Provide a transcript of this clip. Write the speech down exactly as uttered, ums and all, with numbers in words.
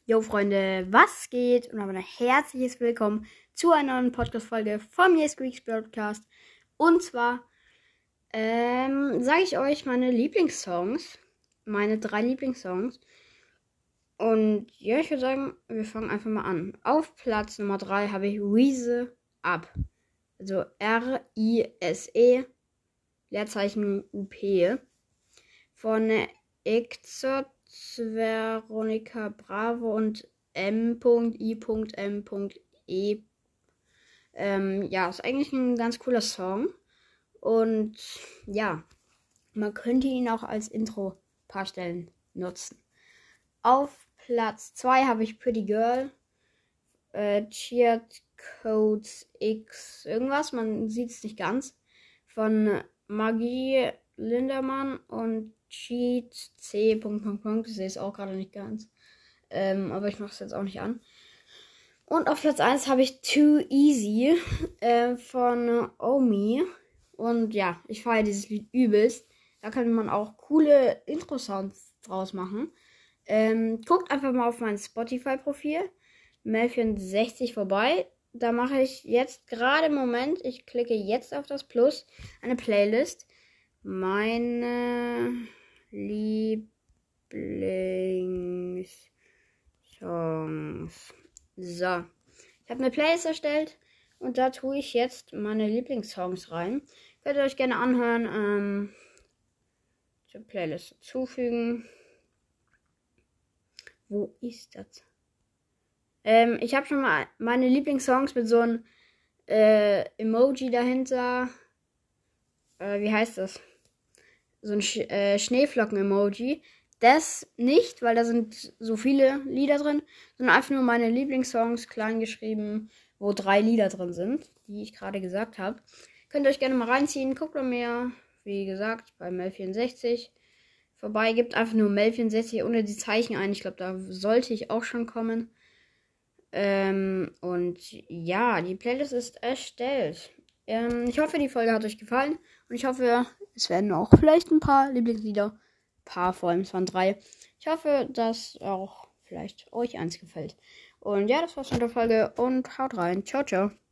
Jo Freunde, was geht? Und ein herzliches Willkommen zu einer neuen Podcast-Folge vom Yes Greeks Podcast. Und zwar ähm, sage ich euch meine Lieblingssongs, meine drei Lieblingssongs. Und ja, ich würde sagen, wir fangen einfach mal an. Auf Platz Nummer drei habe ich Rise Up. Also R I S E, Leerzeichen U P. Von Exot, Veronica Bravo und M I M E. Ähm, ja, ist eigentlich ein ganz cooler Song. Und ja, man könnte ihn auch als Intro ein paar Stellen nutzen. Auf Platz zwei habe ich Pretty Girl. Äh, Cheat Codes X irgendwas, man sieht es nicht ganz. Von Magie Lindermann und Cheat C. Ich sehe es auch gerade nicht ganz. Ähm, aber ich mache es jetzt auch nicht an. Und auf Platz eins habe ich Too Easy äh, von Omi. Und ja, ich feiere dieses Lied übelst. Da kann man auch coole Intro-Sounds draus machen. Ähm, guckt einfach mal auf mein Spotify-Profil. Mel vierundsechzig vorbei. Da mache ich jetzt gerade im Moment, ich klicke jetzt auf das Plus, eine Playlist. Meine Lieblingssongs. So. Ich habe eine Playlist erstellt und da tue ich jetzt meine Lieblingssongs rein. Könnt ihr euch gerne anhören. Ähm, zur Playlist hinzufügen. Wo ist das? Ähm, ich habe schon mal meine Lieblingssongs mit so einem äh, Emoji dahinter. Äh, wie heißt das? So ein Sch- äh, Schneeflocken-Emoji. Das nicht, weil da sind so viele Lieder drin, sondern einfach nur meine Lieblingssongs klein geschrieben, wo drei Lieder drin sind, die ich gerade gesagt habe. Könnt ihr euch gerne mal reinziehen. Guckt bei mir, wie gesagt, bei Mel vierundsechzig vorbei. Gebt einfach nur Mel vierundsechzig ohne die Zeichen ein. Ich glaube, da sollte ich auch schon kommen. Ähm, und ja, die Playlist ist erstellt. Ähm, ich hoffe, die Folge hat euch gefallen. Und ich hoffe, es werden auch vielleicht ein paar Lieblingslieder. Ein paar, vor allem, es waren drei. Ich hoffe, dass auch vielleicht euch eins gefällt. Und ja, das war's mit der Folge und haut rein. Ciao, ciao.